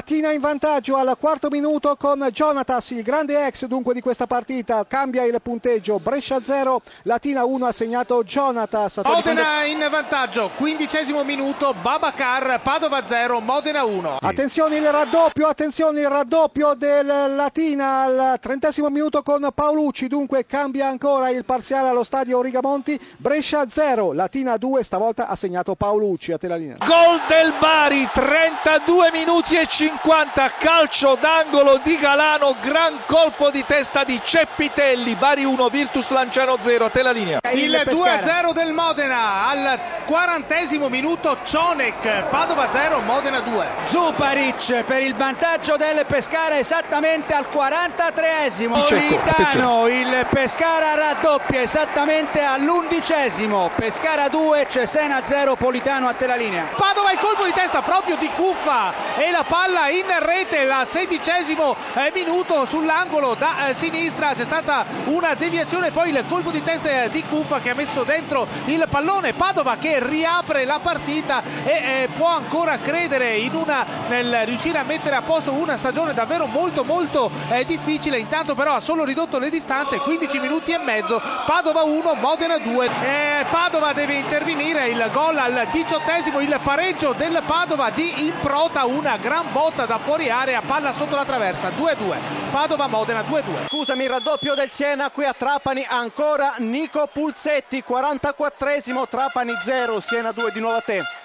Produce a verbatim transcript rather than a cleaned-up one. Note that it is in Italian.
Latina in vantaggio al quarto minuto con Jonatas, il grande ex dunque di questa partita. Cambia il punteggio, Brescia zero, Latina uno, ha segnato Jonatas. Modena in vantaggio, quindicesimo minuto, Babacar, Padova zero, Modena uno. Attenzione il raddoppio, attenzione il raddoppio del Latina al trentesimo minuto con Paolucci, dunque cambia ancora il parziale allo stadio Rigamonti. Brescia zero, Latina due, stavolta ha segnato Paolucci. A te la linea. Gol del Bari, trentadue minuti e cinquanta, calcio d'angolo di Galano, gran colpo di testa di Ceppitelli. Bari uno, Virtus Lanciano zero. A te la linea. Il due a zero del Modena al quarantesimo minuto, Cionek, Padova zero, Modena due. Zuparic per il vantaggio del Pescara esattamente al quarantatreesimo. Cecco, Politano, il Pescara raddoppia esattamente all'undicesimo. Pescara due, Cesena zero, Politano. A te la linea. Padova, il colpo di testa proprio di Cuffa e la palla in rete al sedicesimo minuto sull'angolo da sinistra. C'è stata una deviazione, poi il colpo di testa di Cuffa che ha messo dentro il pallone. Padova che riapre la partita e eh, può ancora credere in una, nel riuscire a mettere a posto una stagione davvero molto molto eh, difficile. Intanto però ha solo ridotto le distanze, quindici minuti e mezzo, Padova uno, Modena due. eh, Padova deve intervenire, il gol al diciottesimo, il pareggio del Padova di Improta, una gran botta da fuori area, palla sotto la traversa, due a due, Padova Modena due a due. Scusami, il raddoppio del Siena qui a Trapani, ancora Nico Pulsetti, quarantaquattresimo, Trapani zero, Siena due. Di nuovo a te.